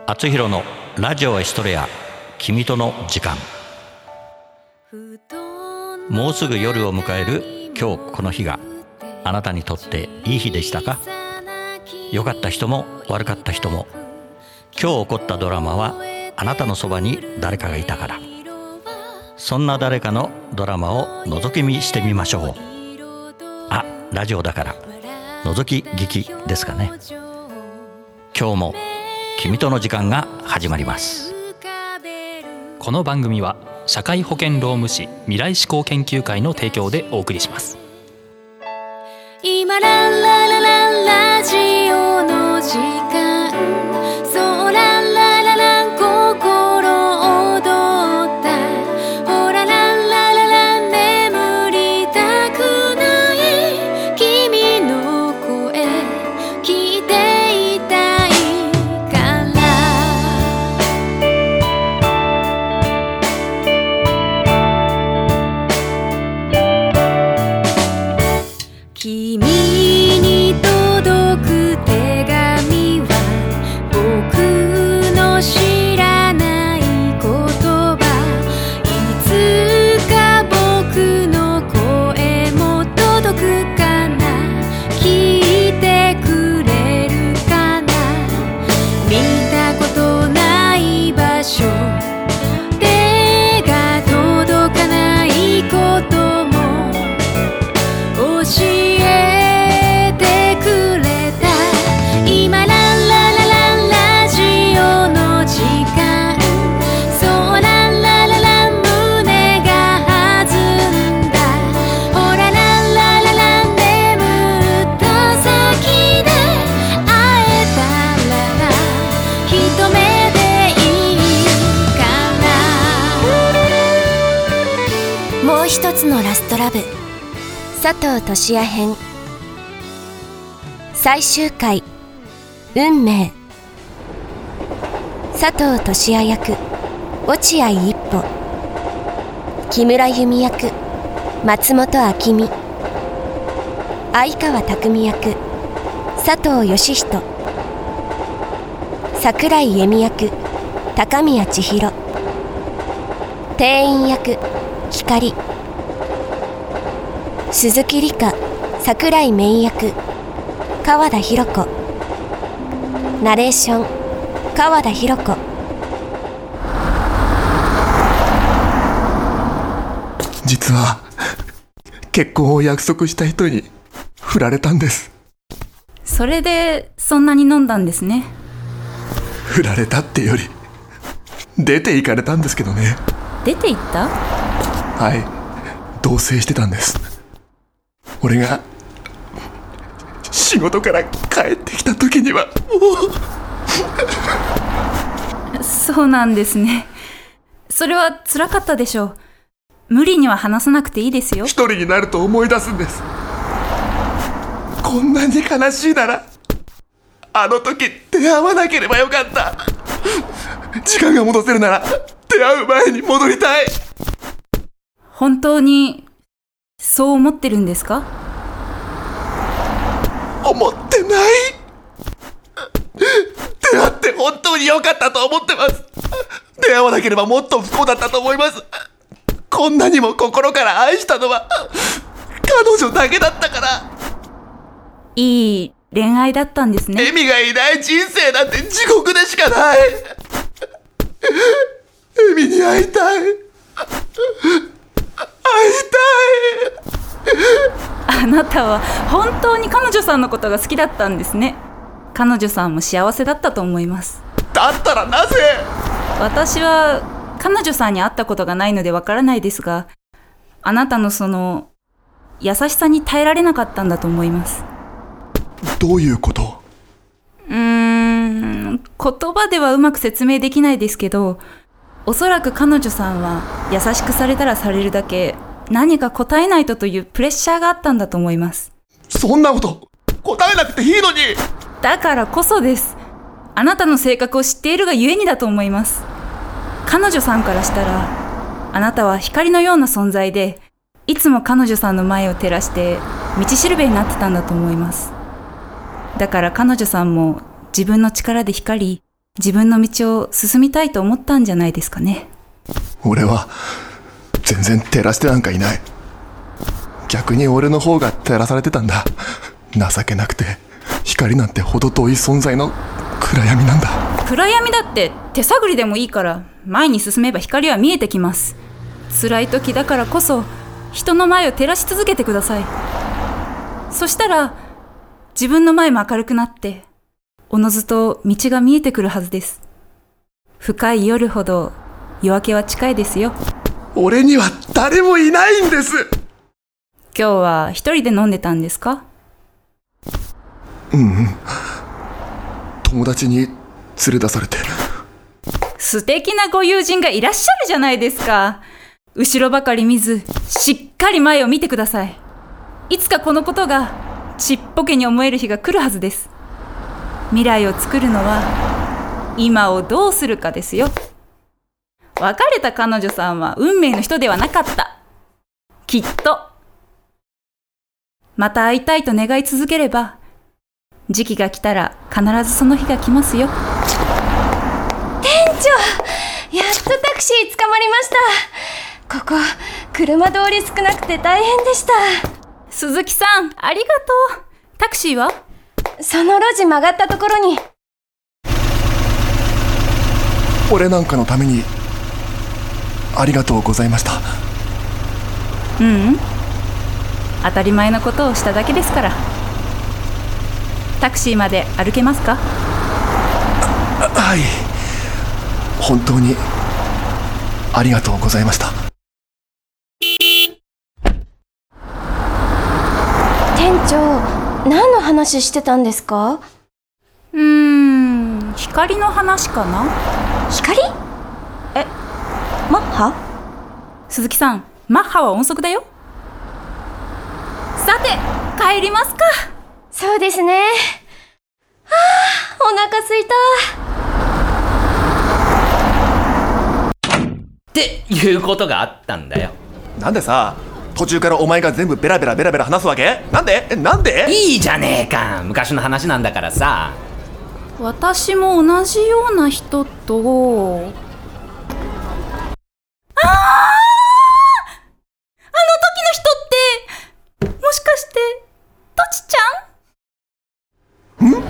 厚弘のラジオエストレア、君との時間。もうすぐ夜を迎える今日この日があなたにとっていい日でしたか？良かった人も悪かった人も、今日起こったドラマはあなたのそばに誰かがいたから。そんな誰かのドラマを覗き見してみましょう。あ、ラジオだから覗き聞きですかね。今日も君との時間が始まります。 この番組は社会保険労務士未来志向研究会の提供でお送りします。 今ラララララジオの時間、そうララララ心躍った、ほらララララ眠りたくない君の声聞いていたいから君に届く手紙は僕の知らない言葉、いつか僕の声も届くかな、聞いてくれるかな、見たことない場所、手が届かないことも教えてくれた。今ラララララジオの時間、そうララララ胸が弾んだ、ほらララララ眠った先で会えたら一目でいいかな。もう一つのラストラブ、佐藤俊也編最終回、運命。佐藤俊也役落合一歩、木村由美役松本明美、相川匠役佐藤義人、桜井恵美役高宮千尋、店員役光、鈴木里香桜井芽衣役川田博子、ナレーション川田博子。 実は結婚を約束した人に振られたんです。 それでそんなに飲んだんですね。 振られたってより出て行かれたんですけどね。 出て行った？ はい、同棲してたんです。俺が仕事から帰ってきた時にはそうなんですね。それは辛かったでしょう。無理には話さなくていいですよ。 一人になると思い出すんです。こんなに悲しいならあの時出会わなければよかった。時間が戻せるなら出会う前に戻りたい。 本当にそう思ってるんですか？ 思ってない。出会って本当に良かったと思ってます。出会わなければもっと不幸だったと思います。こんなにも心から愛したのは彼女だけだったから。 いい恋愛だったんですね。 エミがいない人生なんて地獄でしかない。エミに会いたい。 あなたは本当に彼女さんのことが好きだったんですね。彼女さんも幸せだったと思います。 だったらなぜ？ 私は彼女さんに会ったことがないのでわからないですが、あなたのその優しさに耐えられなかったんだと思います。 どういうこと？ 言葉ではうまく説明できないですけど、おそらく彼女さんは優しくされたらされるだけ何か答えないとというプレッシャーがあったんだと思います。 そんなこと答えなくていいのに。 だからこそです。あなたの性格を知っているがゆえにだと思います。彼女さんからしたらあなたは光のような存在で、いつも彼女さんの前を照らして道しるべになってたんだと思います。だから彼女さんも自分の力で光り、 自分の道を進みたいと思ったんじゃないですかね。 俺は全然照らしてなんかいない。逆に俺の方が照らされてたんだ。情けなくて光なんて程遠い存在の暗闇なんだ。 暗闇だって手探りでもいいから前に進めば光は見えてきます。辛い時だからこそ人の前を照らし続けてください。そしたら自分の前も明るくなっておのずと道が見えてくるはずです。深い夜ほど夜明けは近いですよ。 俺には誰もいないんです。 今日は一人で飲んでたんですか？ 友達に連れ出されて。 素敵なご友人がいらっしゃるじゃないですか。後ろばかり見ずしっかり前を見てください。いつかこのことがちっぽけに思える日が来るはずです。未来を作るのは今をどうするかですよ。別れた彼女さんは運命の人ではなかった。きっとまた会いたいと願い続ければ時期が来たら必ずその日が来ますよ。 店長、やっとタクシー捕まりました。ここ車通り少なくて大変でした。 鈴木さん、ありがとう。タクシーは？ その路地曲がったところに。 俺なんかのためにありがとうございました。 当たり前のことをしただけですから。タクシーまで歩けますか？ はい、本当にありがとうございました。 店長、何の話してたんですか？ 光の話かな？ 光？マッハ？ 鈴木さん、マッハは音速だよ。さて、帰りますか。 そうですね。お腹すいた。 っていうことがあったんだよ。 なんでさ、途中からお前が全部ベラベラベラベラ話すわけ？なんで？なんで？ いいじゃねえか、昔の話なんだからさ。 私も同じような人ともしかしてトチちゃん？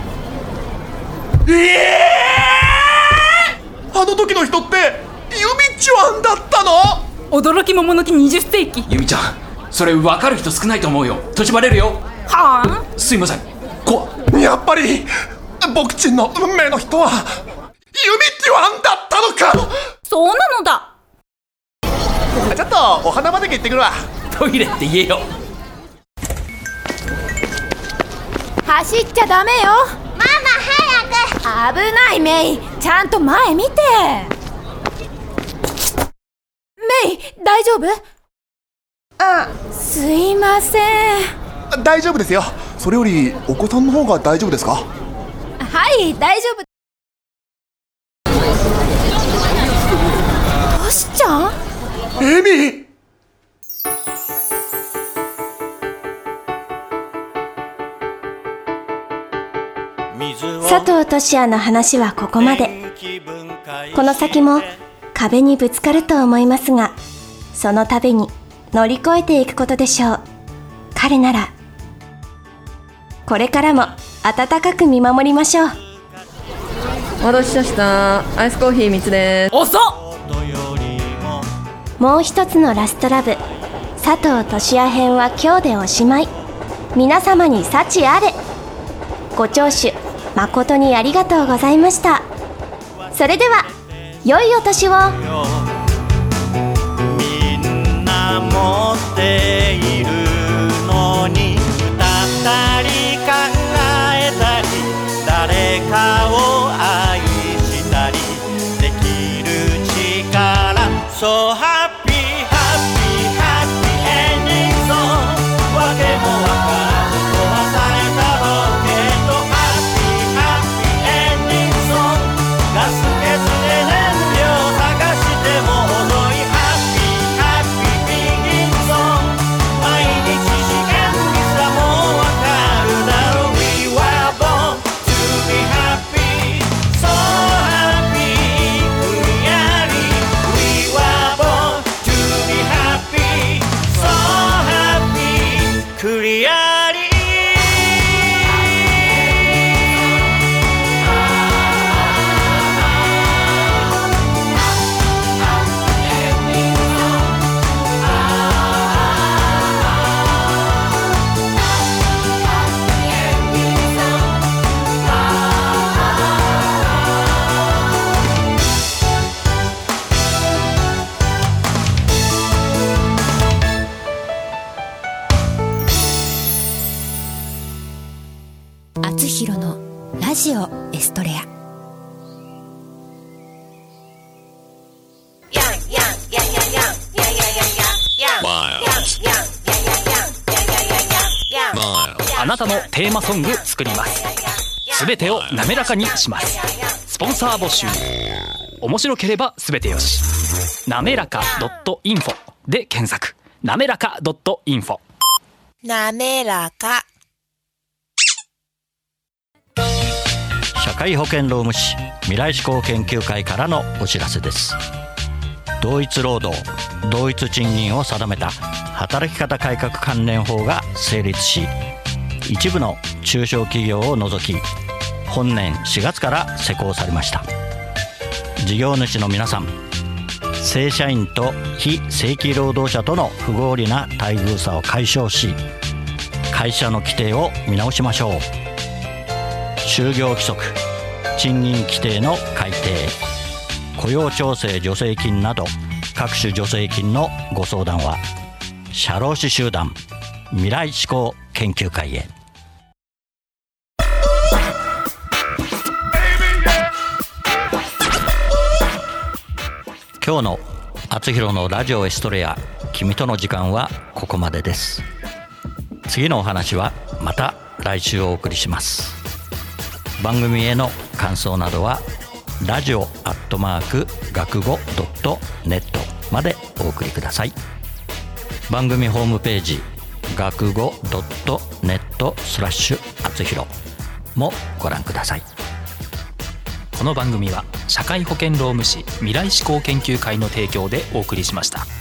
あの時の人ってユミちゃんだったの？ 驚き桃の木20世紀。 ユミちゃん、それ分かる人少ないと思うよ。閉じばれるよ。 はあ？ すいません。 やっぱり僕ちんの運命の人はユミちゃんだったのか。 そうなのだ。 ちょっとお花畑行ってくるわ。 トイレって言えよ。 走っちゃダメよ。ママ早く。危ないメイ、ちゃんと前見て。メイ、大丈夫？すいません。 大丈夫ですよ。それよりお子さんの方が大丈夫ですか？ はい、大丈夫。トシちゃん？ エミ。 佐藤俊也の話はここまで。この先も壁にぶつかると思いますが、その度に乗り越えていくことでしょう。彼ならこれからも温かく見守りましょう。 お待たせしました。アイスコーヒー3つです。 遅っ。 もう一つのラストラブ、佐藤俊也編は今日でおしまい。皆様に幸あれ。ご聴取誠にありがとうございました。それでは良いお年を。 みんな持っているのに二人考えたり、誰かを愛したりできる力。So happy happy happy ending song。 わけもわからず壊されたロケット。 Happy happy ending song。 ガス欠で燃料探しても遅い。 Happy happy begin song。 毎日試験にさ厚弘のラジオエストレア。 あなたのテーマソング作ります。すべてを滑らかにします。スポンサー募集。面白ければすべてよし。なめらか .info で検索。なめらか .info。 なめらか。 社会保険労務士未来志向研究会からのお知らせです。同一労働同一賃金を定めた働き方改革関連法が成立し、一部の中小企業を除き本年4月から施行されました。事業主の皆さん、正社員と非正規労働者との不合理な待遇差を解消し、会社の規定を見直しましょう。就業規則、賃金規定の改定、雇用調整助成金など各種助成金のご相談は社労士集団未来志向研究会へ。今日の厚弘のラジオエストレア、君との時間はここまでです。次のお話はまた来週お送りします。番組への感想などはラジオ学語.net までお送りください。番組ホームページ学語.net/厚弘もご覧ください。 この番組は社会保険労務士未来志向研究会の提供でお送りしました。